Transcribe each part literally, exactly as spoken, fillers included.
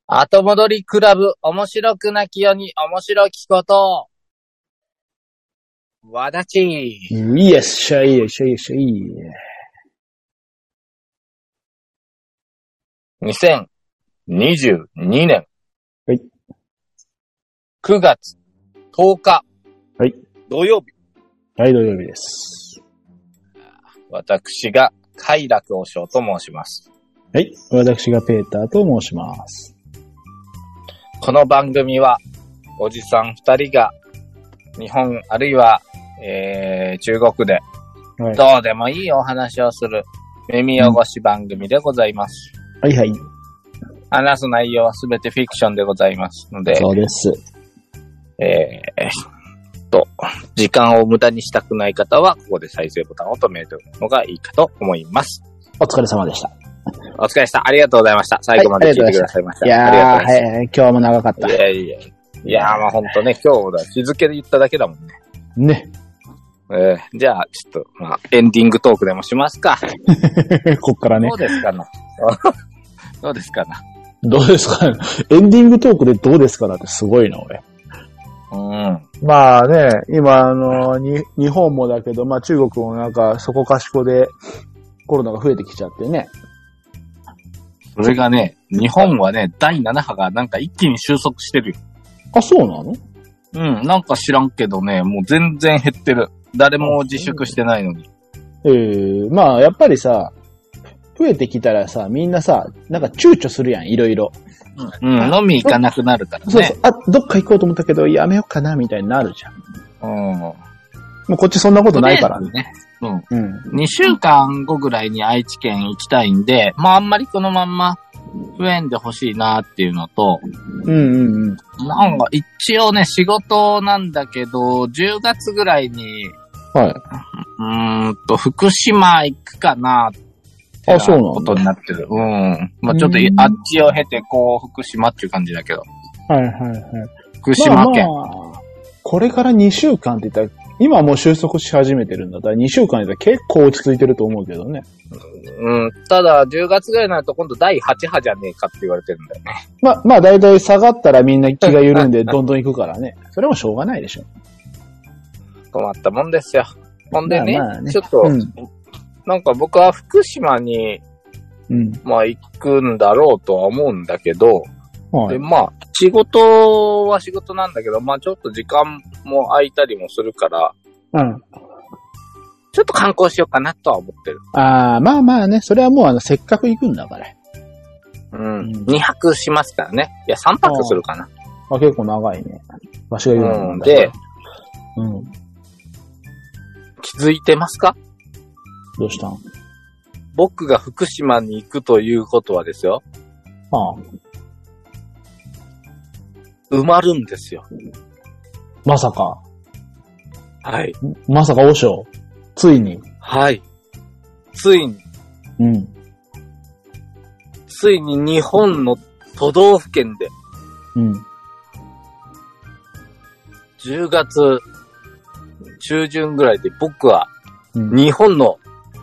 後戻りクラブ、面白くなきように面白きこと。わだち。 いいっしゃい、いっしゃい、いっしゃい。 にせんにじゅうにねん。 はい。 くがつとおか。 はい。 土曜日。 はい、土曜日です。 私が快楽和尚と申します。 はい。私がペーターと申します。 この番組は、おじさん二人が、日本あるいは、えー、中国で、どうでもいいお話をする、耳汚し番組でございます。 うん、はいはい。 話す内容はすべてフィクションでございますので、 そうです。 えー、と、時間を無駄にしたくない方は、ここで再生ボタンを止めるのがいいかと思います。 お疲れ様でした。 お疲れでした。ありがとうございました。最後まで聞いてくださいました。 はい、いやー、はい、今日も長かった。 いやいや。いやー、まあほんとね、今日だ、日付で言っただけだもんね。 ね。 えー、じゃあ、ちょっと、まあ、エンディングトークでもしますか。 こっからね。 どうですかな。どうですかな。 どうですかね。エンディングトークでどうですかなってすごいな、俺。 うん。 まあね、今、あの、に、日本もだけど、まあ中国もなんか、そこかしこでコロナが増えてきちゃってね。 それがね、日本はね、だいななはがなんか一気に収束してるよ。 あ、そうなの？ うん、なんか知らんけどね、もう全然減ってる。誰も自粛してないのに。 ええー、まあやっぱりさ、増えてきたらさ、みんなさ、なんか躊躇するやん、いろいろ。 うん、飲み行かなくなるからね。 そうそう。あ、どっか行こうと思ったけど、やめようかな、みたいになるじゃん。うん。もうこっちそんなことないからね。 うん。うん。にしゅうかんごぐらいに愛知県行きたいんで、まああんまりこのまんま増えんでほしいなっていうのと、 うんうんうん。 なんか一応ね、仕事なんだけど、じゅうがつぐらいに、 はい。 うーんと、福島行くかなってあ、そうなのことになってる。うん。まあちょっとあっちを経て、こう、福島っていう感じだけど。 はいはいはい。 福島県。 まあまあ、これからにしゅうかんって言ったら、今はもう収束し始めてるんだったらにしゅうかんで結構落ち着いてると思うけどね。 うん。ただ、じゅうがつぐらいになると今度だいはち波じゃねえかって言われてるんだよね。 まあ、まあ、だいたい下がったらみんな気が緩んでどんどん行くからね。それもしょうがないでしょ。 困ったもんですよ。ほんでね、まあまあねちょっと、うん、なんか僕は福島に、うん、まあ行くんだろうとは思うんだけど、はい、でまあ、仕事は仕事なんだけど、まあちょっと時間も空いたりもするから、うん。ちょっと観光しようかなとは思ってる。 ああ、まあまあね、それはもうあの、せっかく行くんだから。 うん。うん、にはくしますからね。いや、さんぱくするかな。 あ、結構長いね。わしが言うのもんだ、うん、で、うん。気づいてますか？ どうしたん？ 僕が福島に行くということはですよ。ああ。埋まるんですよ。 まさか。 はい。 まさか、和尚。ついに。 はい。ついに。うん。ついに日本の都道府県で。うん。じゅうがつ中旬ぐらいで僕は、日本の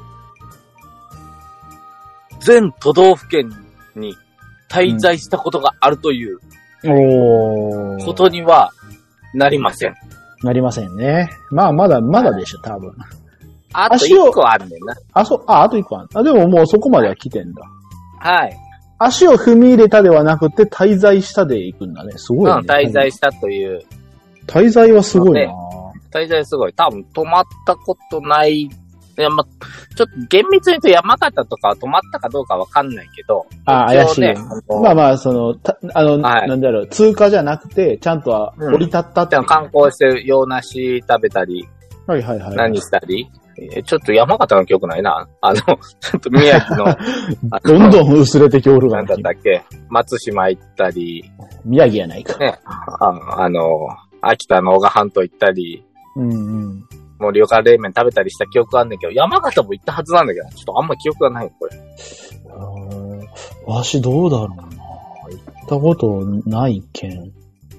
全都道府県に滞在したことがあるということにはなりません。 なりませんね。まあ、まだ、まだでしょ、多分。 あといっこあんねんな。 あ、そう、あ、あといっこある。あ、でももうそこまでは来てんだ。 はい。 足を踏み入れたではなくて、滞在したで行くんだね。すごいね。うん、 滞在したという。 滞在はすごいな、ね。 滞在すごい。多分泊まったことない。いや、ま、ちょっと厳密に言うと山形とかは泊まったかどうかわかんないけど。 あ、怪しい、ね。まあまあ、その、たあの、はい、なんだろう、通過じゃなくて、ちゃんとは降り立ったって、 うん。観光して洋梨食べたり。 はいはいはい。 何したり。ちょっと山形の記憶ないな。あの、ちょっと宮城の。 どんどん薄れてきおるが。なんだったっけ。松島行ったり。 宮城やないか。 ね。あ, あの、秋田の男鹿半島行ったり。 うんうん。 盛岡冷麺食べたりした記憶があんねんけど、山形も行ったはずなんだけど、ちょっとあんま記憶がないこれ。 わしどうだろうな。行ったことない県。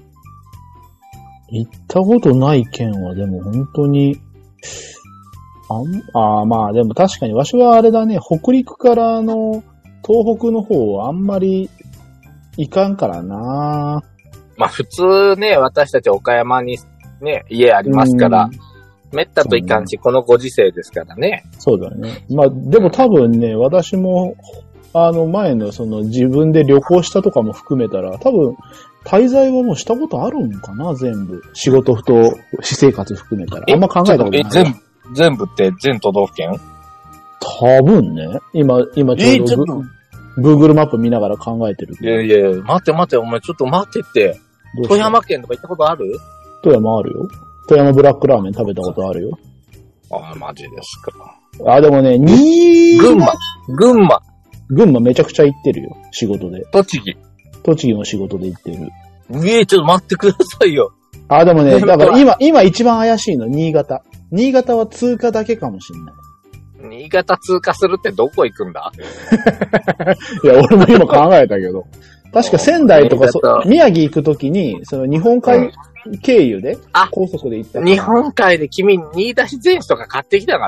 行ったことない県はでも本当に、あん、ああまあでも確かにわしはあれだね、北陸からの東北の方はあんまりいかんからな。 まあ普通ね、私たち岡山にね、家ありますから、めったといかんし、このご時世ですからね。 そうだね。まあでも多分ね、私も、あの前のその自分で旅行したとかも含めたら、多分、滞在はもうしたことあるんかな、全部。仕事と私生活含めたら。あんま考えたことない。 え、全部、全部って全都道府県？ 多分ね。今、今ちょうど、Google マップ見ながら考えてる。 いやいやいや、待って待って、お前ちょっと待ってって。富山県とか行ったことある？ 富山あるよ。富山ブラックラーメン食べたことあるよ。 ああ、マジですか。 あ、でもね、に群馬。群馬。 群馬めちゃくちゃ行ってるよ。仕事で。 栃木。 栃木も仕事で行ってる。 ええ、ちょっと待ってくださいよ。 あ、でもね、だから今、今一番怪しいの、新潟。新潟は通過だけかもしれない。 新潟通過するってどこ行くんだ？ いや、俺も今考えたけど。確か仙台とかそ、宮城行くときに、その日本海経由で、高速で行った、 うん。日本海で君、新田市全市とか買ってきてなかった？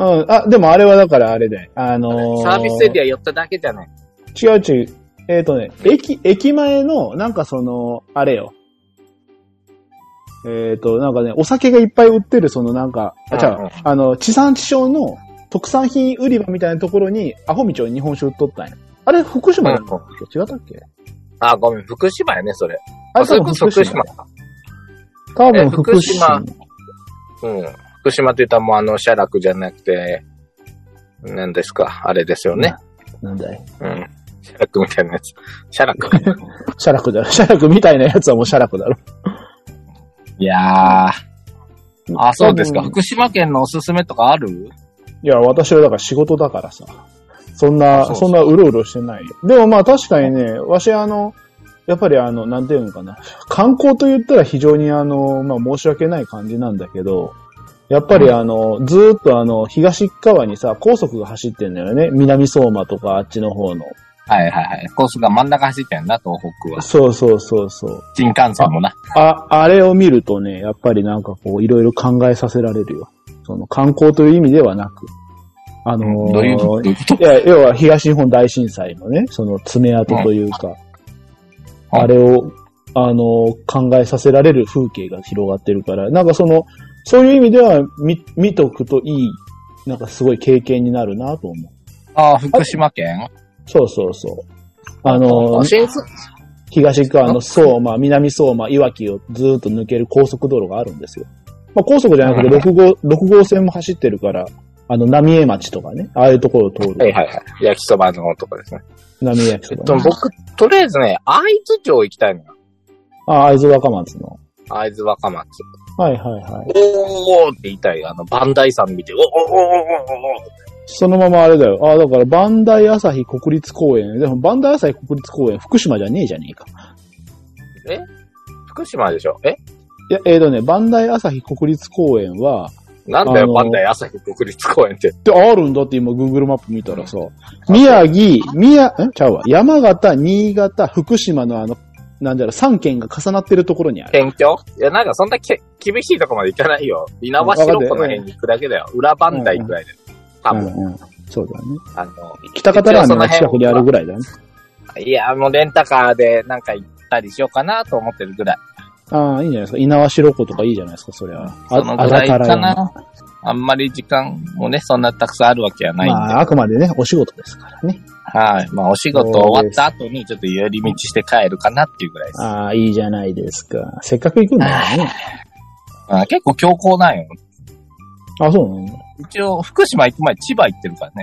うん。あ、でもあれはだからあれで、あのー、 サービスエリア寄っただけじゃない。 違う違う。えっ、ー、とね、駅、駅前の、なんかその、あれよ。えっ、ー、と、なんかね、お酒がいっぱい売ってる、そのなんか、あ、じゃあ、あの、地産地消の特産品売り場みたいなところに、アホ道に日本酒売っとったんや。あれ、福島だったっけ、うん、違ったっけ？ あ、ごめん、福島やね、それ。 あ、多分福島。多分福島。うん。 福島って言ったらもうあの、写楽じゃなくて、何ですか、あれですよね。 な、なんだい？ うん。写楽みたいなやつ。写楽。 写楽だろ。写楽みたいなやつはもう写楽だろ。 いやー。あ、そうですか。福島県のおすすめとかある？ いや、私はだから仕事だからさ。そんな、そ, そんなうろうろしてないよ。でもまあ確かにね、わしあの、やっぱりあの、なんていうのかな。観光と言ったら非常にあの、まあ申し訳ない感じなんだけど、やっぱりあの、うん、ずーっとあの、東側にさ、高速が走ってんだよね。南相馬とかあっちの方の。 はいはいはい。高速が真ん中走ってんな、東北は。 そうそうそうそう。 新幹線もな。 あ、あれを見るとね、やっぱりなんかこう、いろいろ考えさせられるよ。その観光という意味ではなく。あのー、 どういうこと？いや、要は東日本大震災のね、その爪痕というか、うん、あれを、あのー、考えさせられる風景が広がってるから、なんかその、そういう意味では見、見とくといい、なんかすごい経験になるなと思う。 ああ、福島県？ そうそうそう。あのー、東側の相馬、南相馬、いわきをずーっと抜ける高速道路があるんですよ。まあ高速じゃなくてろく号、ろく号線も走ってるから、あの、浪江町とかね、ああいうところを通る。 はいはいはい。焼きそばのとこですね。 浪江焼きそば、 ね。僕、とりあえずね、会津町行きたいのよ。 ああ、会津若松の。 会津若松。 はいはいはい。 おーって言いたい。あの、磐梯山見て、おーおーおーおーおーそのままあれだよ。ああ、だから、磐梯朝日国立公園。でも、磐梯朝日国立公園、福島じゃねえじゃねえか。 え福島でしょ？えいや、えーとね、磐梯朝日国立公園は、 なんだよ、磐梯朝日国立公園って。 ってあるんだって今、Google マップ見たらさ。宮城、宮、んちゃうわ。山形、新潟、福島のあの、なんだろう、さん県が重なってるところにある。 県境？いや、なんかそんなけ厳しいとこまで行かないよ。猪苗代湖の辺に行くだけだよ。裏磐梯くらいだよ。多分、 うんうん。そうだね。 あの、 北方ラーメンが近くにあるぐらいだね。 いや、もうレンタカーでなんか行ったりしようかなと思ってるぐらい。 ああ、いいんじゃないですか。猪苗代湖とかいいじゃないですか、それは。 そのぐらいかな。あんまり時間もね、そんなたくさんあるわけはないんで。 まあ、あくまでね、お仕事ですからね。 はい。まあ、お仕事終わった後にちょっと寄り道して帰るかなっていうぐらいです。 ああ、いいじゃないですか。せっかく行くんだからね。 あ結構強行なんよ。 あ、そうなんだ。 一応、福島行く前、千葉行ってるからね。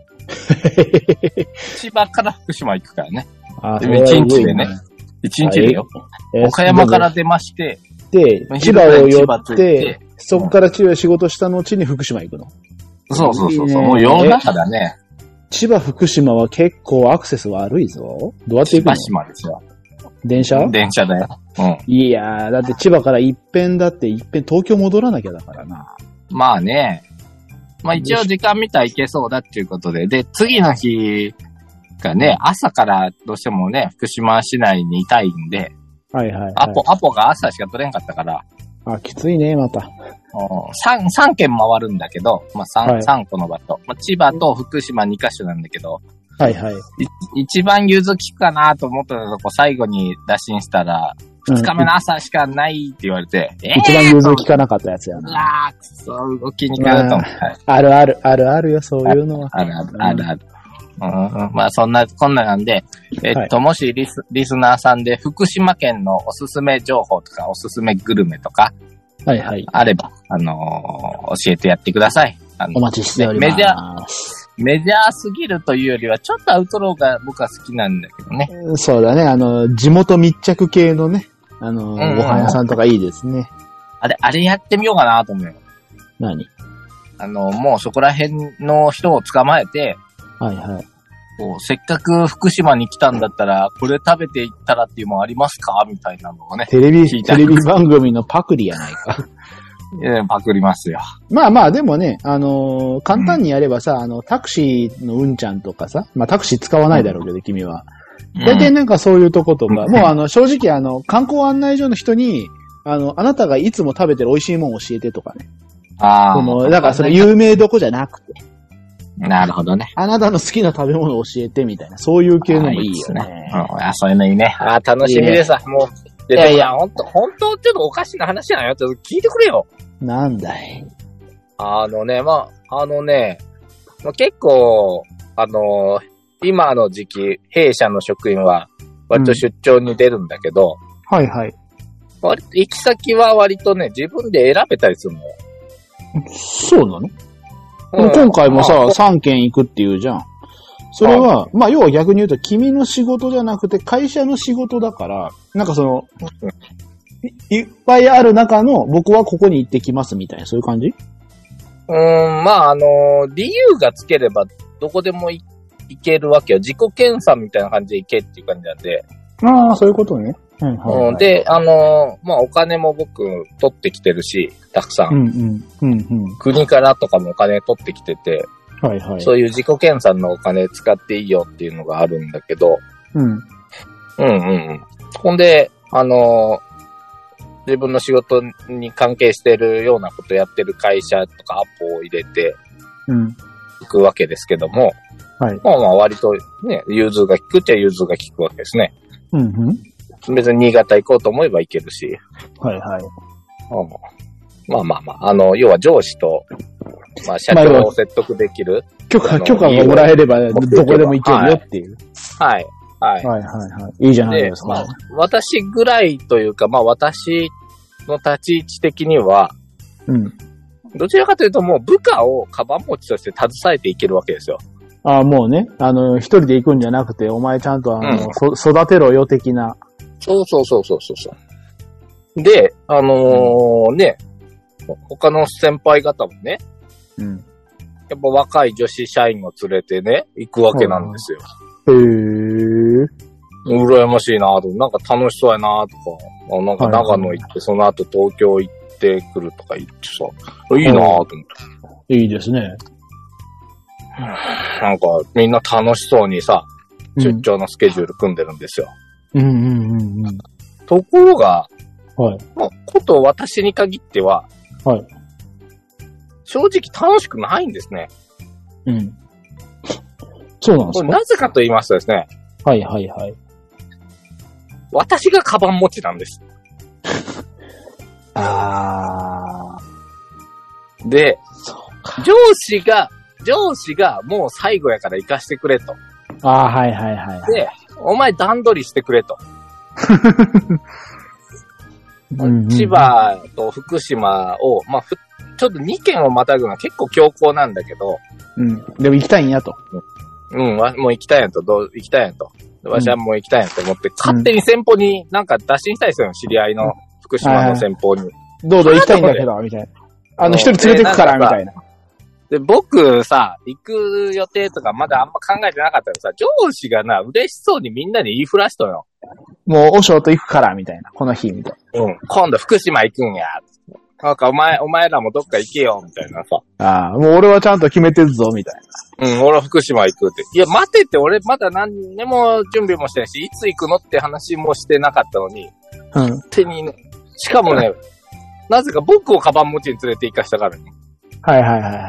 千葉から福島行くからね。ああ、一日でね。一日でよ。岡山から出まして、 で、千葉を寄って、そこから千葉仕事した後に福島行くの。 そうそうそうそう。もう世の中だね。 千葉、福島は結構アクセス悪いぞ。どうやって行くの？ 千葉島ですよ。 電車？ 電車だよ。うん。 いやー、だって千葉から一遍だって一遍東京戻らなきゃだからな。 まあね。まあ一応時間見たらいけそうだっていうことで。で、次の日がね、朝からどうしてもね、福島市内にいたいんで。 はいはい、はい。 アポ、アポが朝しか取れんかったから。 あ、きついね、また。 三、三軒回るんだけど、まあ三、 はい、 三個の場所。まあ、千葉と福島二カ所なんだけど、 はいはい。 一番融通きくかなと思ったとこ最後に打診したら、二日目の朝しかないって言われて、 うん、一番融通きかなかったやつやな。 うわー、くそ、動きにくいなと思って、 まあ。あるある、あるあるよ、そういうのは。 あるある、あるある。うん、まあそんな、こんななんで、えっと、はい、もしリス、リスナーさんで福島県のおすすめ情報とか、おすすめグルメとか、 はいはい。 あれば、あのー、教えてやってください。あのお待ちしております。 メジャー、メジャーすぎるというよりは、ちょっとアウトローが僕は好きなんだけどね。 そうだね、あの、地元密着系のね、あの、うんうん、ご飯屋さんとかいいですね。 あれ、あれやってみようかなと思うよ。 何？ あの、もうそこら辺の人を捕まえて、 はいはい。 こうせっかく福島に来たんだったら、これ食べていったらっていうもんありますかみたいなのをね。 テレビ、テレビ番組のパクリやないか。 パクりますよ。 まあまあ、でもね、あのー、簡単にやればさ、うん、あの、タクシーのうんちゃんとかさ、まあタクシー使わないだろうけど、うん、君は。大体なんかそういうとことか、うん、もうあの、正直あの、観光案内所の人に、あの、あなたがいつも食べてる美味しいもん教えてとかね。 ああ。 その、だからそれ有名どこじゃなくて。 なるほどね。 あなたの好きな食べ物を教えてみたいな、そういう系のもいいよね。 いいね、うん、あ、そういうのいいね。あ、楽しみでさ、もう。いやいや、ほんと、ほんと、ちょっとおかしな話なのよ。ちょっと聞いてくれよ。 なんだい。 あのね、まあ、あのね、まあ、結構、あの、今の時期、弊社の職員は、割と出張に出るんだけど、 うん、はいはい。 割と行き先は割とね、自分で選べたりするのよ。 そうなの？うん、今回もさ、さんけん行くっていうじゃん。それは、まあ、要は逆に言うと、君の仕事じゃなくて会社の仕事だから、なんかその、い, いっぱいある中の、僕はここに行ってきますみたいな、そういう感じ？ うーん、まあ、あの、理由がつければ、どこでも行けるわけよ。自己検査みたいな感じで行けっていう感じなんで。 ああ、そういうことね。はいはいはい、 で、あの、まあ、お金も僕取ってきてるし、たくさん。 うんうんうんうん、 国からとかもお金取ってきてて、 はいはい、 そういう自己検査のお金使っていいよっていうのがあるんだけど、 うん。うんうんうん。ほんで、あの、自分の仕事に関係してるようなことやってる会社とかアポを入れて、 うん。 行くわけですけども、 はい。 まあまあ割とね、融通が利くっちゃ融通が利くわけですね。 うんうん。 別に新潟行こうと思えば行けるし。 はいはい。 うん、まあまあまあ、あの、要は上司と、まあ社長を説得できる。 許可、許可がもらえればどこでも行けるよっていう。 はい。はい。 はいはいはい。いいじゃないですか。 まあ、私ぐらいというか、まあ私の立ち位置的には、 うん。 どちらかというともう部下をカバン持ちとして携えていけるわけですよ。 ああ、もうね。あの、一人で行くんじゃなくて、お前ちゃんとあの、うん、そ育てろよ的な。 そうそうそうそうそう。で、あのー、ね、他の先輩方もね、 うん。 やっぱ若い女子社員を連れてね、行くわけなんですよ。 へー。 羨ましいなぁと、なんか楽しそうやなぁとか、なんか長野行って、その後東京行ってくるとか言ってさ、いいなぁと思って。 いいですね。 なんかみんな楽しそうにさ、出張のスケジュール組んでるんですよ。 うんうんうんうん。 ところが、 はい。 まあ、こと私に限っては、 はい。 正直楽しくないんですね。 うん。そうなんですか？ なぜかと言いますとですね。 はいはいはい。 私がカバン持ちなんです。 あー。で、 そうか。 上司が、上司がもう最後やから行かしてくれと。 あー、はいはいはい、はい。 で、お前段取りしてくれと。うんうん、千葉と福島を、まあ、ふ、ちょっとにけんをまたぐのは結構強行なんだけど。 うん。でも行きたいんやと。 うん、わもう行きたいやんと、どう、行きたいやんと。わしはもう行きたいやんと思って、うん、勝手に先方になんか打診したりするの、知り合いの福島の先方に。 うん、どうぞ行きたいんだけど、みたいな。あの、一人連れてくから、みたいな。 で、僕さ、行く予定とかまだあんま考えてなかったけどさ、上司がな、嬉しそうにみんなに言いふらしとよ。 もう、お仕事行くから、みたいな。この日、みたいな。うん。今度福島行くんや。なんかお前、お前らもどっか行けよ、みたいなさ。 ああ、もう俺はちゃんと決めてるぞ、みたいな。うん、俺は福島行くって。いや、待てって俺まだ何にも準備もしてないし、いつ行くのって話もしてなかったのに。 うん。 手に、しかもね、なぜか僕をカバン持ちに連れて行かしたからね。 はいはいはい。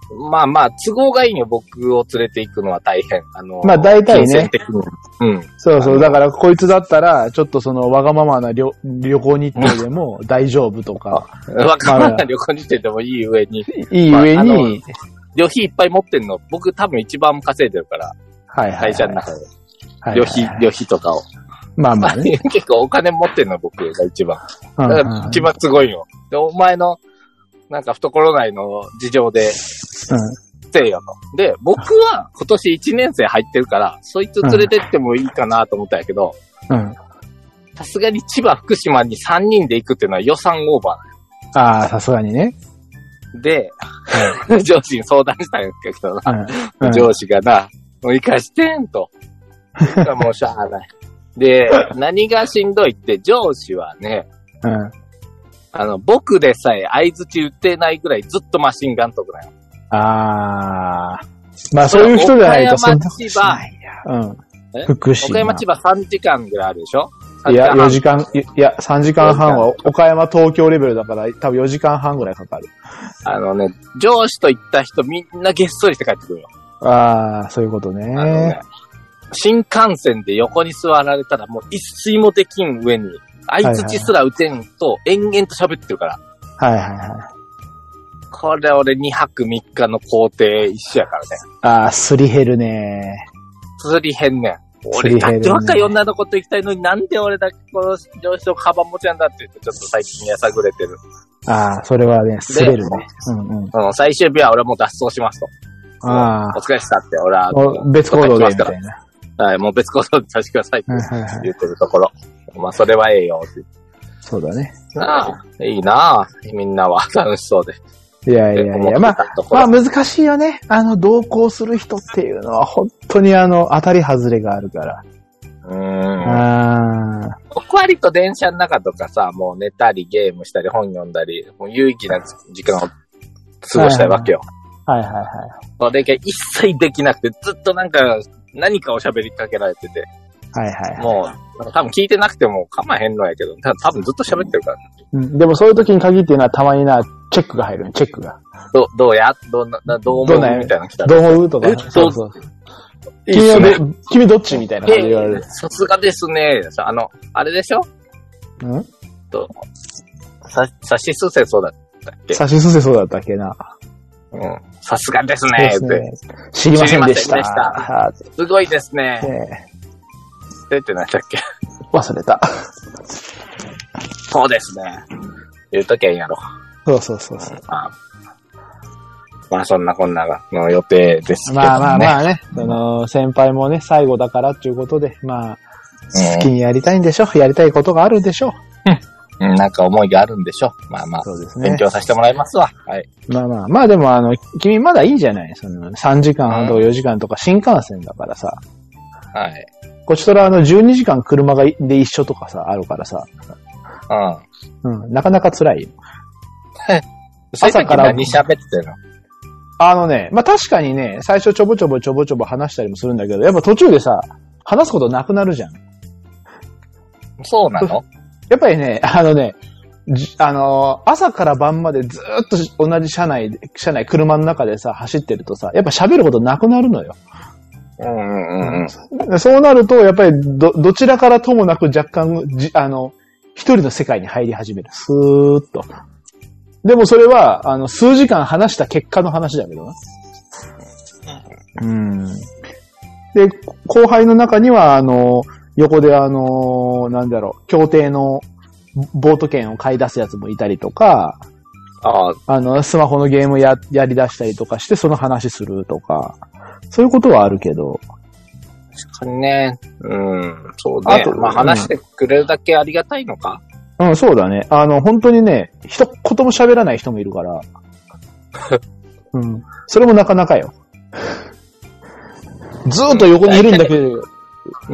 まあまあ、都合がいいよ、僕を連れて行くのは大変。あの、 まあ大体ね。 的にうん。 そうそう。だからこいつだったら、ちょっとそのわがままな旅旅行日程でも大丈夫とか。 わがままな旅行日程でもいい上に。 いい上に、 まあ、旅費いっぱい持ってんの、僕多分一番稼いでるから。 はいはい、はい。 会社の中で。旅費、旅費とかを。 まあまあ、ね。 結構お金持ってんの僕が一番。だから一番すごいよ。で、お前の、なんか懐内の事情で、うん。せえよと。で、僕は今年いちねん生入ってるから、そいつ連れてってもいいかなと思ったんやけど、うん。さすがに千葉、福島にさんにんで行くっていうのは予算オーバーなの。ああ、さすがにね。 で、うん、上司に相談したんやけどな、うんうん、上司がな、もう行かしてんと。もうしゃあない。で、何がしんどいって上司はね、うん、あの、僕でさえ相槌打ってないぐらいずっとマシンガンとくなよ。 ああ。まあそういう人じゃないと岡山千葉、 うん。福島。 岡山千葉さんじかんぐらいあるでしょ？ いや、よじかん、いや、さんじかんはんは岡山東京レベルだから多分よじかんはんぐらいかかる。 あのね、上司と行った人みんなげっそりして帰ってくるよ。 ああ、そういうことね。あのね、 新幹線で横に座られたらもう一睡もできん上に、相槌すら打てんと延々と喋ってるから。 はいはいはい。 これ俺にはくみっかの工程一緒やからね。 ああ、すり減るね。 すり減んねん。俺だって若い女の子と行きたいのになんで俺だけこの上司とカバン持ちなんだって言ってちょっと最近やさぐれてる。 ああ、それはね、すれるね。 うんうん。うん、最終日は俺はもう脱走しますと。ああ。お疲れしたって俺は。 別行動でみたいな。 はい、もう別行動でさせてくださいって言ってるところ。まあそれはええよって。 そうだね。 ああ、いいなあ。みんなは楽しそうで。 いやいやいや、まあ、まあ難しいよね。あの、同行する人っていうのは本当にあの、当たり外れがあるから。 うーん。あ僕割と電車の中とかさ、もう寝たりゲームしたり本読んだり、もう有意義な時間を過ごしたいわけよ。 はいはいはい。 それが一切できなくて、ずっとなんか、何かを喋りかけられてて。 はいはい、はい。 もう、多分聞いてなくても構わへんのやけど、多分ずっと喋ってるから、ね。 うん。でもそういう時に限っていうのはたまにな、チェックが入るね、チェックが。 ど、どうやどうな、どう思うみたいなの来たら。 どう思うとか。そうそう。君はで、君どっちみたいな感じで言われる。 さすがですね。あの、あれでしょんと、さ、さしすせそうだったっけさしすせそうだったっけな。 うん。さすがですねって。 知りませんでした。知りませんでした。 すごいですね。えって何だっけ忘れた。 そうですね。言うときゃいいんやろ。 そうそうそうそう。 まあ、まあそんなこんなの予定ですけどね。 まあまあまあね、その先輩もね、最後だからっていうことで、まあ、好きにやりたいんでしょ、うん、やりたいことがあるんでしょう。うん、なんか思いがあるんでしょまあまあ、そうですね。勉強させてもらいますわ。はい。 まあまあ、まあでもあの、君まだいいじゃないそのさんじかんはんとかよじかんとか新幹線だからさ。 はい。 こちとらあのじゅうにじかん車がで一緒とかさ、あるからさ。うん。うん、なかなか辛いよ。 朝から何喋ってるの？ あのね、まあ、確かにね、最初ちょぼちょぼちょぼちょぼ話したりもするんだけど、やっぱ途中でさ、話すことなくなるじゃん。 そうなの？ やっぱりね、あのね、あの、朝から晩までずーっと同じ車内で、車内、車の中でさ、走ってるとさ、やっぱ喋ることなくなるのよ。 うんうんうん。 そうなると、やっぱりど、どちらからともなく若干、じあの、一人の世界に入り始める。スーッと。でもそれは、あの、数時間話した結果の話だけどな。うん。で、後輩の中には、あの、横であの、なんだろう、協定のボート券を買い出すやつもいたりとか、ああの、スマホのゲームや、やり出したりとかして、その話するとか、そういうことはあるけど。 確かにね。うん。そうね。あと、まあ、話してくれるだけありがたいのか。 うん、そうだね。あの、本当にね、一言も喋らない人もいるから。うん。それもなかなかよ。ずーっと横にいるんだけど。 うん、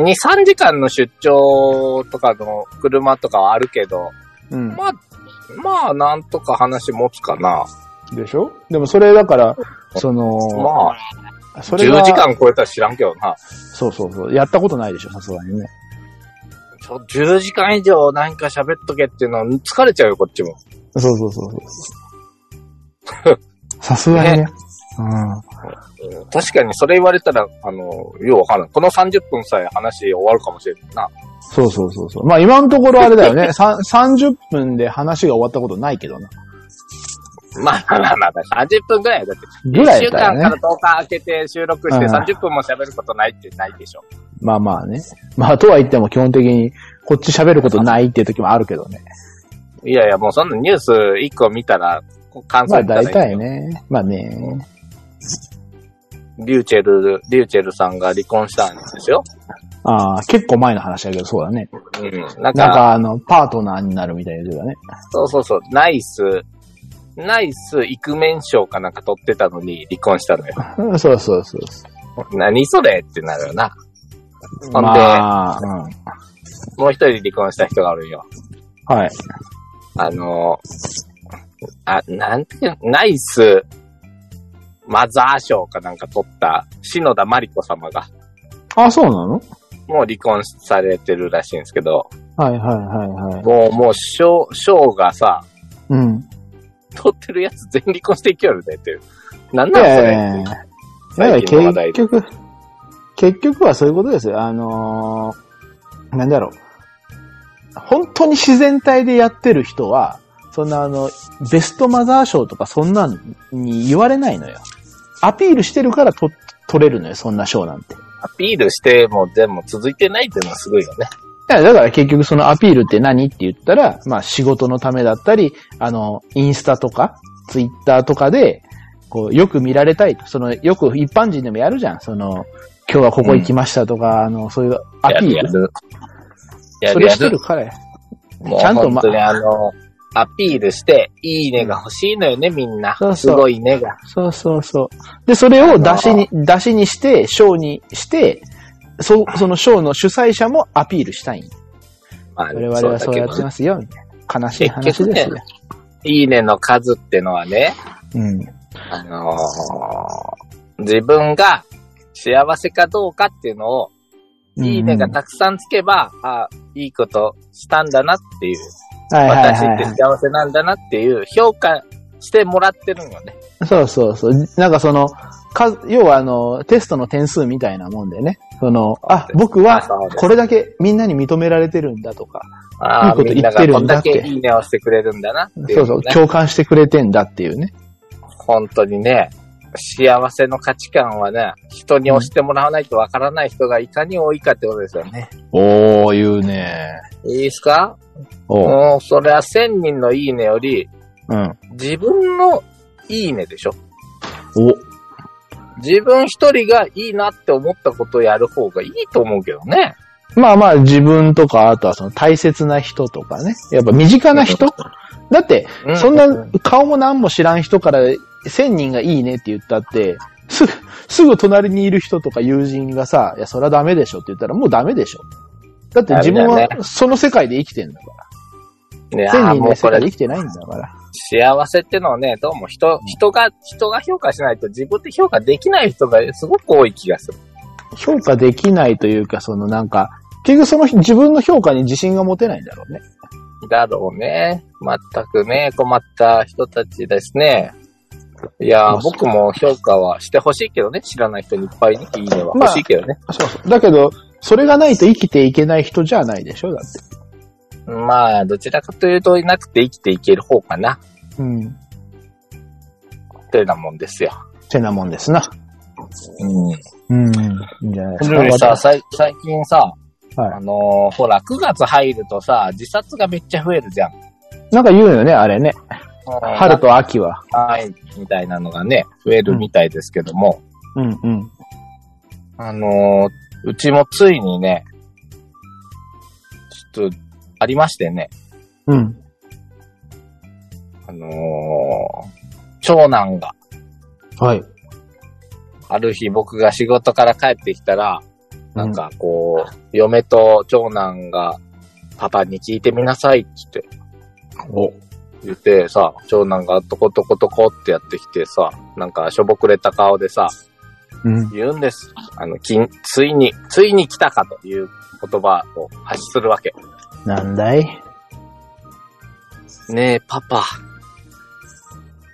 に、さんじかんの出張とかの車とかはあるけど、うん、まあ、まあ、なんとか話持つかな。 でしょ？でもそれだから、その、 まあ、それじゅうじかん超えたら知らんけどな。 そうそうそう。やったことないでしょ、さすがにね。 ちょ、じゅうじかん以上何か喋っとけっていうのは疲れちゃうよ、こっちも。 そうそうそうそう。 さすがにね。ねうん、確かにそれ言われたら、あの、ようわからん。このさんじゅっぷんさえ話終わるかもしれんな。 そうそうそうそう。まあ今のところあれだよね。さんじゅっぷんで話が終わったことないけどな。 まあまあまあ、さんじゅっぷんぐらいだって。ぐらいだよね。いっしゅうかんからとおか空けて収録してさんじゅっぷんも喋ることないってないでしょ。 まあまあね。まあとは言っても基本的にこっち喋ることないっていう時もあるけどね。 いやいや、もうそんなニュースいっこ見たら、感想言ったらいい。 まあ大体ね。まあね。 リューチェル、リューチェルさんが離婚したんですよ。 ああ、結構前の話だけど、そうだね。 うん。なんか、 なんかあの、パートナーになるみたいなやつだね。 そうそうそう。ナイス、ナイスイクメン賞かなんか取ってたのに離婚したのよ。 そうそうそう。 何それってなるよな。ほんで、まあうん、もう一人離婚した人がおるよ。 はい。 あの、あ、なんていうナイスマザー賞かなんか取った篠田麻里子様が。 あ、そうなの？ もう離婚されてるらしいんですけど。 はいはいはいはい。 もう、もう、賞、賞がさ、 うん。 取ってるやつ全員離婚していきよるねっていう。なんなんそれ、えー、最近の話題で。 結局、結局はそういうことですよ。あのー、なんだろう。本当に自然体でやってる人は、そんなあの、ベストマザー賞とかそんなんに言われないのよ。アピールしてるからと取れるのよ、そんな賞なんて。 アピールしてもでも続いてないっていうのはすごいよね。 いや、だから結局そのアピールって何って言ったら、まあ仕事のためだったり、あの、インスタとか、ツイッターとかで、こう、よく見られたいと。その、よく一般人でもやるじゃん。その、今日はここ行きましたとか、うん、あの、そういうアピール。やるやる。やるやる。それしてるからや。 もうちゃんとま、本当にあの、アピールして、いいねが欲しいのよね、みんな。そうそう。すごいねが。 そうそうそう。で、それを出しに、出しにして、ショーにして、そ、そのショーの主催者もアピールしたいん。まあ、我々はそうやってますよ、みたいな。悲しい話ですよ。ね、 いいねの数ってのはね、 うん。 あのー、自分が幸せかどうかっていうのを、いいねがたくさんつけば、うん、あ、いいことしたんだなっていう。はいはいはいはい、私って幸せなんだなっていう評価してもらってるんよね。 そうそうそう。なんかその、か、要はあの、テストの点数みたいなもんでね。その、あ、僕はこれだけみんなに認められてるんだとか、 あいいこと言ってるんだって。こんだけいいねをしてくれるんだなっていう、ね。 そうそう、共感してくれてんだっていうね。 本当にね、幸せの価値観はね、人に押してもらわないとわからない人がいかに多いかってことですよね。 おー、言うね。 いいですか？もう、それは千人のいいねより、うん、自分のいいねでしょ。 お、 自分一人がいいなって思ったことをやる方がいいと思うけどね。 まあまあ自分とか、あとはその大切な人とかね。やっぱ身近な人だって、そんな顔も何も知らん人から千人がいいねって言ったって、すぐ、すぐ隣にいる人とか友人がさ、いや、それはダメでしょって言ったらもうダメでしょ。だって自分はその世界で生きてんだから。ね、千人の世界で生きてないんだから。 幸せってのはね、どうも人、人が、人が評価しないと自分で評価できない人がすごく多い気がする。 評価できないというか、そのなんか、結局その自分の評価に自信が持てないんだろうね。 だろうね。全くね、困った人たちですね。いやー、僕も評価はしてほしいけどね。知らない人にいっぱいにいいねは欲しいけどね。 まあ、そうそう。だけど、それがないと生きていけない人じゃないでしょ、だって。 まあ、どちらかというと、いなくて生きていける方かな。 うん。 ってなもんですよ。 ってなもんですな。 うん。 うん。じゃあ、 それさ、最近さ、はい、あのー、ほら、くがつ入るとさ、自殺がめっちゃ増えるじゃん。 なんか言うよね、あれね。うん、春と秋は。 はい、みたいなのがね、増えるみたいですけども。 うん、うん、うん。 あのー、うちもついにね、ちょっと、ありましてね。 うん。 あのー、長男が。 はい。 ある日僕が仕事から帰ってきたら、なんかこう、うん、嫁と長男がパパに聞いてみなさいって言って。 お。 言ってさ、長男がトコトコトコってやってきてさ、なんかしょぼくれた顔でさ、 うん、 言うんです。あの、きついに、ついに来たかという言葉を発するわけ。 なんだい？ ねえ、パパ。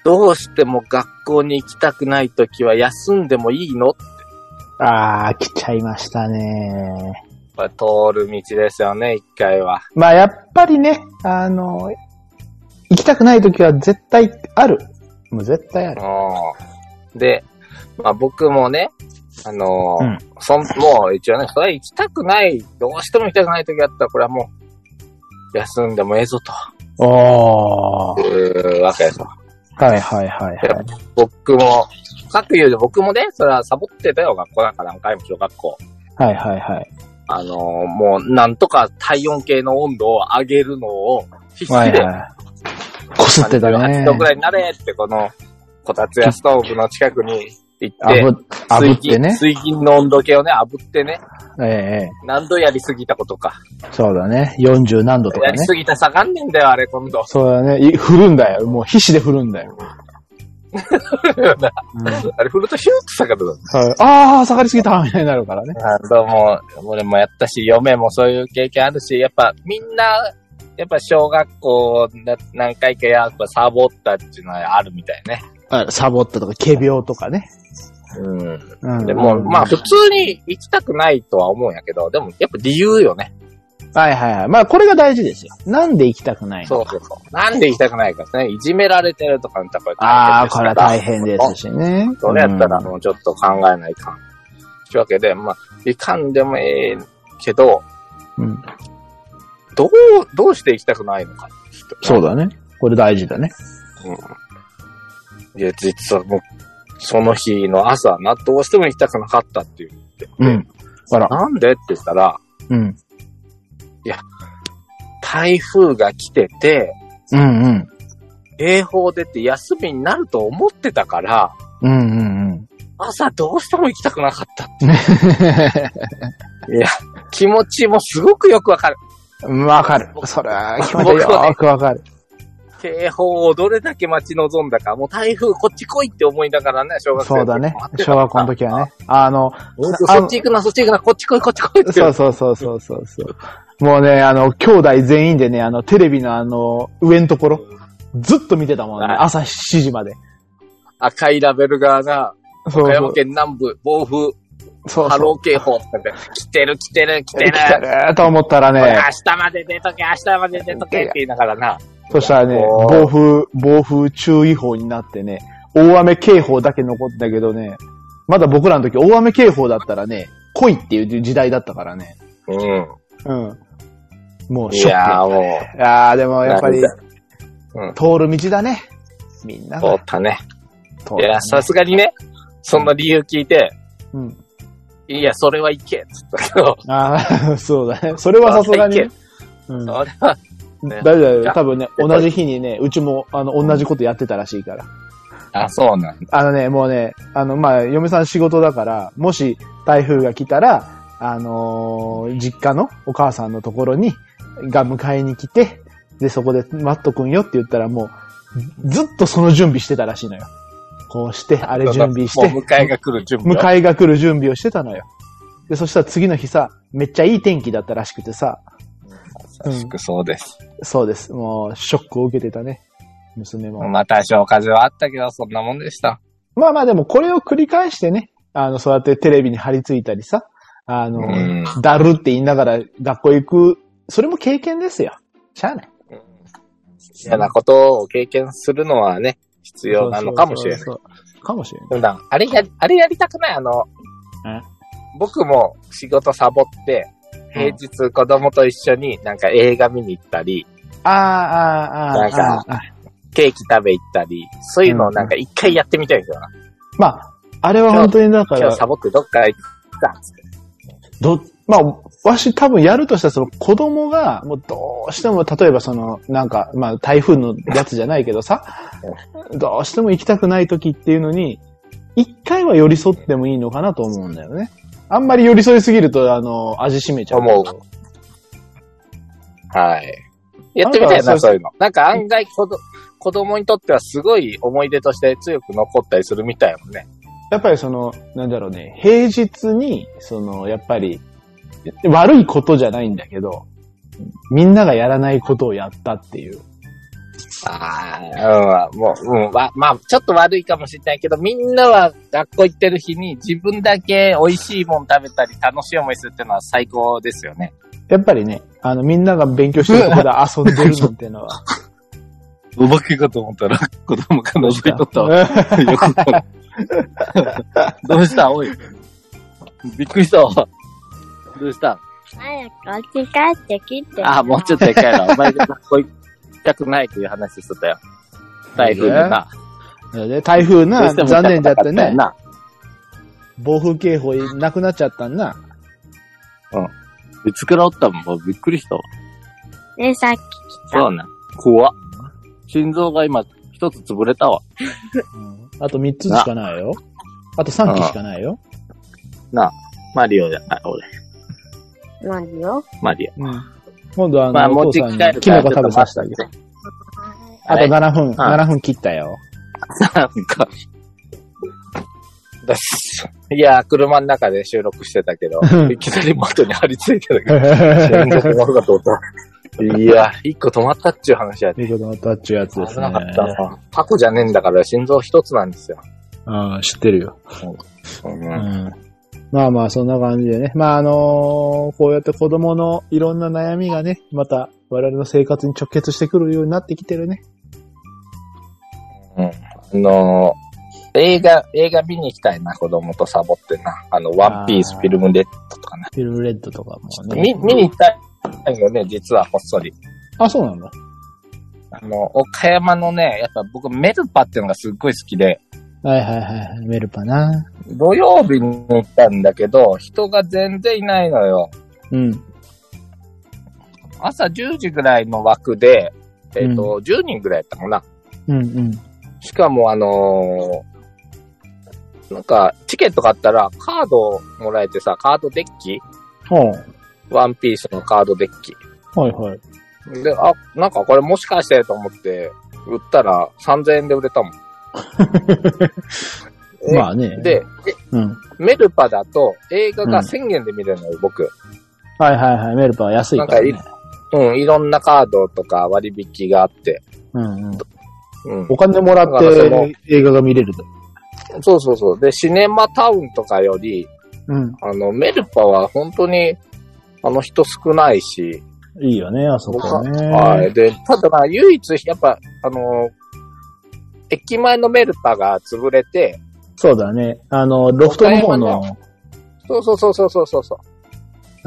どうしても学校に行きたくないときは休んでもいいのって。 あー、来ちゃいましたね。 これ通る道ですよね、一回は。 まあやっぱりね、あの、行きたくないときは絶対ある。もう絶対ある。 で、まあ僕もね、あのー、うん、そん、もう一応ね、それ行きたくない、どうしても行きたくないときあったら、これはもう、休んでもええぞと。 ああ。 いうわけですよ。 はいはいはい、はい。 僕も、各言うで僕もね、それはサボってたよ、学校なんか何回も小学校。 はいはいはい。 あのー、もう、なんとか体温計の温度を上げるのを必死で、はいはい、 こすってたね。 はちどくらいになれって、この、こたつやストーブの近くに行って、 炙ってね。 水銀の温度計をね、炙ってね。 ええ。 何度やりすぎたことか。 そうだね。よんじゅう何度とかね。 やりすぎた下がんねんだよ、あれ、今度。 そうだね。振るんだよ。もう必死で振るんだよ。 うん、あれ振るとヒューッと下がるの。 はい。ああ、下がりすぎたみたいになるからね。 あどうも、俺もやったし、嫁もそういう経験あるし、やっぱみんな、やっぱ小学校何回かやっぱサボったっていうのはあるみたいね。 あサボったとか、仮病とかね。 うん。うん、でも、まあ普通に行きたくないとは思うんやけど、でもやっぱ理由よね。 はいはいはい。まあこれが大事ですよ。なんで行きたくないのか。そうそうそう。なんで行きたくないかですね。いじめられてるとかのところああ、これは大変ですしね。 それやったらもうちょっと考えないかん。というわけで、まあ、いかんでもええけど、うん。どう、どうして行きたくないのか。 そうだね。これ大事だね。 うん。いや、実はもう、その日の朝な、どうしても行きたくなかったって言って。 うん。 あら。なんでって言ったら、 うん。 いや、台風が来てて、 うんうん。 警報出て休みになると思ってたから、 うんうんうん。 朝どうしても行きたくなかったって。いや、気持ちもすごくよくわかる。 わかる。それは気持ちよくわかる。 警報をどれだけ待ち望んだか、もう台風こっち来いって思いながらね、小学生そうだね。小学校の時はね。あの、 そっち行くな、そっち行くな、こっち来い、こっち来いって。 そうそうそうそうそうそう。もうね、あの、兄弟全員でね、あの、テレビのあの、上のところ、ずっと見てたもんね。朝しちじまで。 赤いラベルがな、岡山県南部、暴風、そうそう波浪警報って来てる来てる来てる。来てると思ったらね。 明日まで出とけ、明日まで出とけって言いながらな。 そしたらね、暴風、暴風注意報になってね、大雨警報だけ残ってたけどね、まだ僕らの時大雨警報だったらね、来いっていう時代だったからね。 うん。 うん。もうショック。いやーもう。 いやーでもやっぱり、うん、通る道だね。みんなが。通ったね。通ったね。いや、さすがにね、その理由聞いて、 うん。 いや、それはいけっつったけど。 ああ、そうだね。それはさすがに。 うん。それは、 ね、大丈夫。多分ね、同じ日にね、うちも、あの、同じことやってたらしいから。 あ、そうなんだ。 あのね、もうね、あの、まあ、嫁さん仕事だから、もし台風が来たら、あのー、実家のお母さんのところに、が迎えに来て、で、そこで待っとくんよって言ったらもう、ずっとその準備してたらしいのよ。こうして、あれ準備して。 もう迎えが来る準備。 迎えが来る準備をしてたのよ。で、そしたら次の日さ、めっちゃいい天気だったらしくてさ。 まさしくそうです、 うん。そうです。もう、ショックを受けてたね。娘も。 まあ、多少風はあったけど、そんなもんでした。 まあまあ、でもこれを繰り返してね、あの、そうやってテレビに張り付いたりさ、あの、だるって言いながら学校行く、それも経験ですよ。しゃあない。うん、 嫌なことを経験するのはね、必要なのかもしれない。そうそうそうかもしれない。 普段、あれや、あれやりたくないあの、僕も仕事サボって、平日子供と一緒になんか映画見に行ったり、 ああ、ああ、 なんか、ケーキ食べ行ったり、そういうのをなんか一回やってみたいですよな。 まあ、あれは本当にだから。 今日サボってどっか行ったんですけど、まあ、わし多分やるとしたらその子供が、もうどうしても、例えばその、なんか、まあ台風のやつじゃないけどさ、どうしても行きたくない時っていうのに、一回は寄り添ってもいいのかなと思うんだよね。あんまり寄り添いすぎると、あの、味しめちゃう。 思う。はい。やってみたいな、そういうの。なんか案外子ど、子供にとってはすごい思い出として強く残ったりするみたいもんね。 やっぱりその、なんだろうね、平日に、その、やっぱり、悪いことじゃないんだけど、みんながやらないことをやったっていう。 ああ、うん、もう、うん、わ、まあ、ちょっと悪いかもしれないけど、みんなは学校行ってる日に自分だけ美味しいもん食べたり楽しい思いするっていうのは最高ですよね。 やっぱりね、あの、みんなが勉強してるところで遊んでるのっていうのは。 お化けかと思ったら子供が覗いとったわ。よくどうしたおい。びっくりしたわ。どうした早くお家帰ってきて。 ああ、もうちょっとでかいな。お前が学校行きたくないという話しとったよ。台風でな。 で台風な、残念だったね。暴風警報なくなっちゃったんな。 うん。いつからおったもん、びっくりしたわ。 ね、さっき来た。 そうね。怖っ。心臓が今、一つ潰れたわ。 うん、あと三つしかないよ。あと三機しかないよ。 なあ、マリオじゃない、俺。 マリオマリオ。 うん。今度はあの、 まあ、 お父さんにキノコ食べさせてあげて。あとななふん、ななふん切ったよ。 なんか。いや、車の中で収録してたけど、いきなり元に張り付いてたけど、心臓止まるかと思った。いや、一個止まったっちゅう話やで。 一個止まったっちゅうやつですね。 危なかったな。タコじゃねえんだから心臓一つなんですよ。 ああ、知ってるよ。 うんうんうん、まあまあ、そんな感じでね。まああのー、こうやって子供のいろんな悩みがね、また我々の生活に直結してくるようになってきてるね。 うん。あのー、映画、映画見に行きたいな、子供とサボってな。あの、ワンピース、フィルムレッドとかね。 フィルムレッドとかもね。 見、見に行きたいよね、実は、こっそり。 あ、そうなんだ。 あの、岡山のね、やっぱ僕、メルパっていうのがすっごい好きで。 はいはいはい。メルパな。 土曜日に行ったんだけど、人が全然いないのよ。 うん。 朝じゅうじぐらいの枠で、えっと、うん、じゅうにんぐらいやったかな。 うんうん。 しかもあのー、なんか、チケット買ったらカードもらえてさ、カードデッキはあ、ワンピースのカードデッキ。 はいはい。 で、あ、なんかこれもしかしてと思って、売ったらさんぜんえんで売れたもん。 まあね。 で、うん、メルパだと映画がせんえんで見れるのよ、うん、僕。 はいはいはい。メルパは安いからね。なんかい、うん、いろんなカードとか割引があって。 うんうん。うん、お金もらって映画が見れる。 そうそうそう。で、シネマタウンとかより、うん、あの、メルパは本当に、あの人少ないし。 いいよね、あそこね。 はい。で、ただまあ、唯一、やっぱ、あの、駅前のメルパが潰れて。 そうだね。あの、ロフトの方の。 そうそうそうそうそうそう。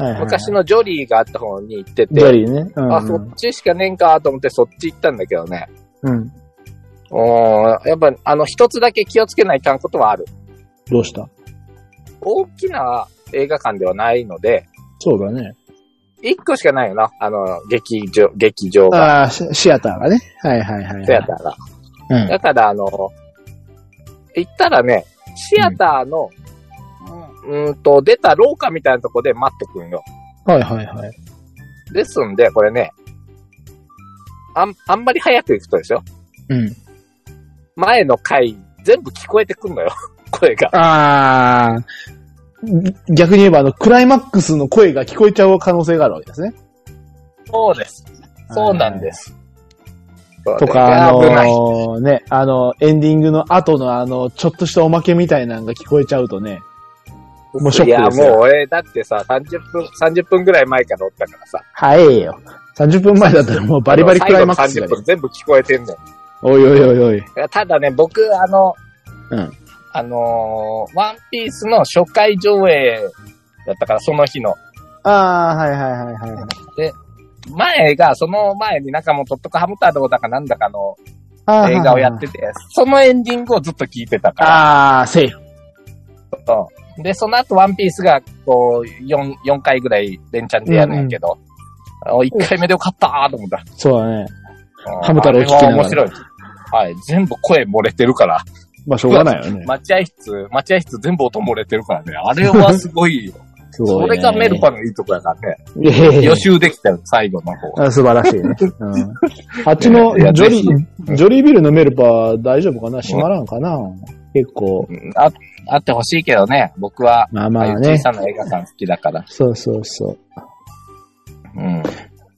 はいはいはい、昔のジョリーがあった方に行ってて。 ジョリーね。うんうん、 あ、そっちしかねえんかと思ってそっち行ったんだけどね。 うん。 おー、やっぱ、あの、一つだけ気をつけないかんことはある。 どうした？ 大きな映画館ではないので。 そうだね。 一個しかないよな。あの、劇場、劇場が。 ああ、シアターがね。はいはいはい、はい。 シアターが。うん。だから、あの、行ったらね、シアターの、うん、うんと、出た廊下みたいなとこで待ってくんよ。 はいはいはい。 ですんで、これね、あん、あんまり早く行くとですよ。 うん。 前の回、全部聞こえてくんのよ。声が。 ああ。逆に言えば、あの、クライマックスの声が聞こえちゃう可能性があるわけですね。 そうです。そうなんです。 とか、あのー、ね、あの、エンディングの後のあの、ちょっとしたおまけみたいなのが聞こえちゃうとね、もうショックですよ。 いや、もう俺、だってさ、さんじゅっぷん、さんじゅっぷんぐらい前からおったからさ。 早いよ。さんじゅっぷんまえだったらもうバリバリクライマックス、ね。 さんじゅっぷん全部聞こえてんねん。 おいおいおいおい。 ただね、僕、あの、 うん。 あのー、ワンピースの初回上映だったから、その日の。 ああ、はいはいはいはい。 で、前が、その前になんかもうトットカハム太郎だかなんだかの映画をやってて、そのエンディングをずっと聞いてたから。 ああ、セーフ。 うん。で、その後ワンピースが、こう、4、よんかいぐらい連チャンでやるんやけど、うんうん、いっかいめでよかったーと思った。 そうだね。ハム太郎聞きながら。 面白い。はい。全部声漏れてるから。 まあ、しょうがないよね。 待合室、待合室全部音漏れてるからね。あれはすごいよ。すごいね。それがメルパのいいとこやからね。予習できたよ、最後の方。 あ、素晴らしいね。うん、あっちのジョリー、ジョリービルのメルパ大丈夫かな？閉まらんかな？結構。 あ、あってほしいけどね。僕は、 まあまあね。 小さな映画館好きだから。 そうそうそう。 うん。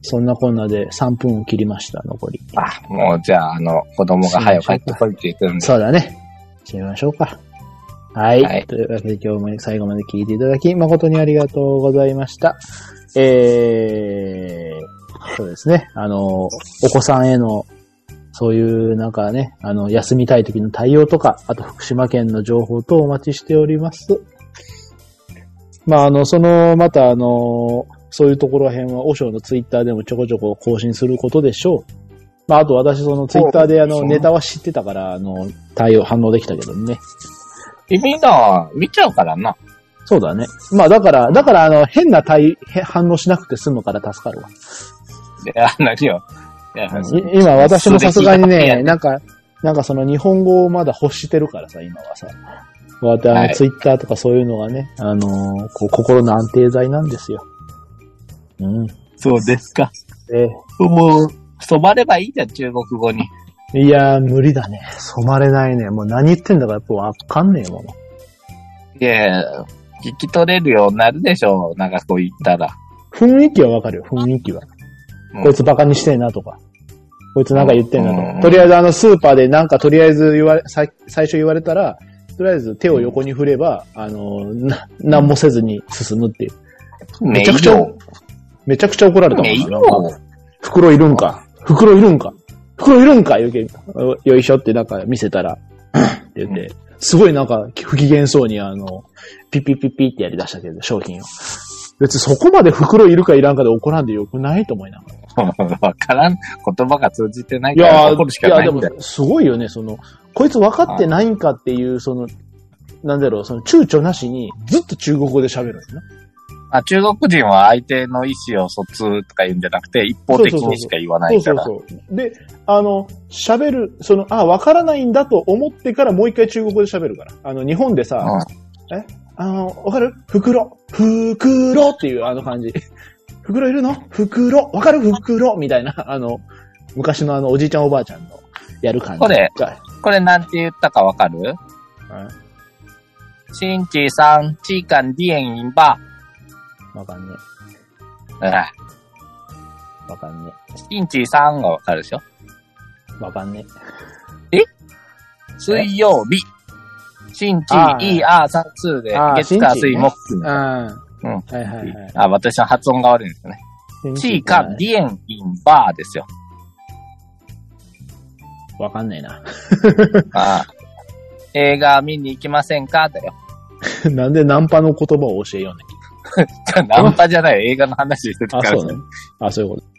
そんなこんなでさんぷんを切りました、残り。 あ、もうじゃあ、あの、子供が早く帰ってこいって言ってるんで。 そうだね。締めましょうか。はい。はい、というわけで今日も最後まで聞いていただき、誠にありがとうございました。えー、そうですね。あの、お子さんへの、そういうなんかね、あの、休みたい時の対応とか、あと福島県の情報等お待ちしております。まあ、あの、その、またあの、そういうところら辺は、和尚のツイッターでもちょこちょこ更新することでしょう。まあ、あと私そのツイッターであの、ネタは知ってたから、あの、対応、反応できたけどね。 みんな、見ちゃうからな。 そうだね。まあ、だから、だから、あの、変な対、反応しなくて済むから助かるわ。 いや、何よ。いや今、私もさすがにね、なんか、なんかその日本語をまだ欲してるからさ、今はさ。こうやってあの、はい、ツイッターとかそういうのがね、あのー、こう、心の安定剤なんですよ。 うん。そうですか。ええ。もう、染まればいいじゃん、中国語に。 いやー、無理だね。染まれないね。もう何言ってんだかやっぱわかんねえもの。 いや聞き取れるようになるでしょ、なんかこう言ったら。 雰囲気はわかるよ、雰囲気は。うん、こいつバカにしてんなとか。こいつなんか言ってんなとか。うん、とりあえずあのスーパーでなんかとりあえず言われ、最初言われたら、とりあえず手を横に振れば、あの、な、なんもせずに進むっていう。めちゃくちゃ、めちゃくちゃ怒られたもんな。なんか袋いるんか袋いるんか袋いるんか言うけよいしょってなんか見せたら、って言って、すごいなんか不機嫌そうにあの、ピッピッピッピッってやり出したけど、商品を。別にそこまで袋いるかいらんかで怒らんでよくないと思いながら。わからん。言葉が通じてないから怒るしかないんだよ。いや、でもすごいよね、その、こいつ分かってないんかっていう、その、なんだろう、その躊躇なしにずっと中国語で喋るんですね。 あ、中国人は相手の意思を疎通とか言うんじゃなくて、一方的にしか言わないから。 そうそうそう。で、あの、喋る、その、あ、わからないんだと思ってからもう一回中国語で喋るから。あの、日本でさ、うん、えあの、わかる袋、袋っていうあの感じ。袋いるの袋、わかる袋みたいな、あの、昔のあの、おじいちゃんおばあちゃんのやる感じ。 これ、これなんて言ったかわかる？うん。新地さん、地間電影吧。 わかんねえ。 わかんねえ。新地さんがわかるでしょ？ わかんねえ。え水曜日。新地いち、に、さん、にで、月火水木金。うん。うん。はいはいはい。あ、私の発音が悪いんですよね。地間電影吧ですよ。 わかんねえな。 ああ。映画見に行きませんかだよ。 なんでナンパの言葉を教えようね。 ナンパじゃないよ。映画の話してたから。 あ、そうね。あ、そういうこと。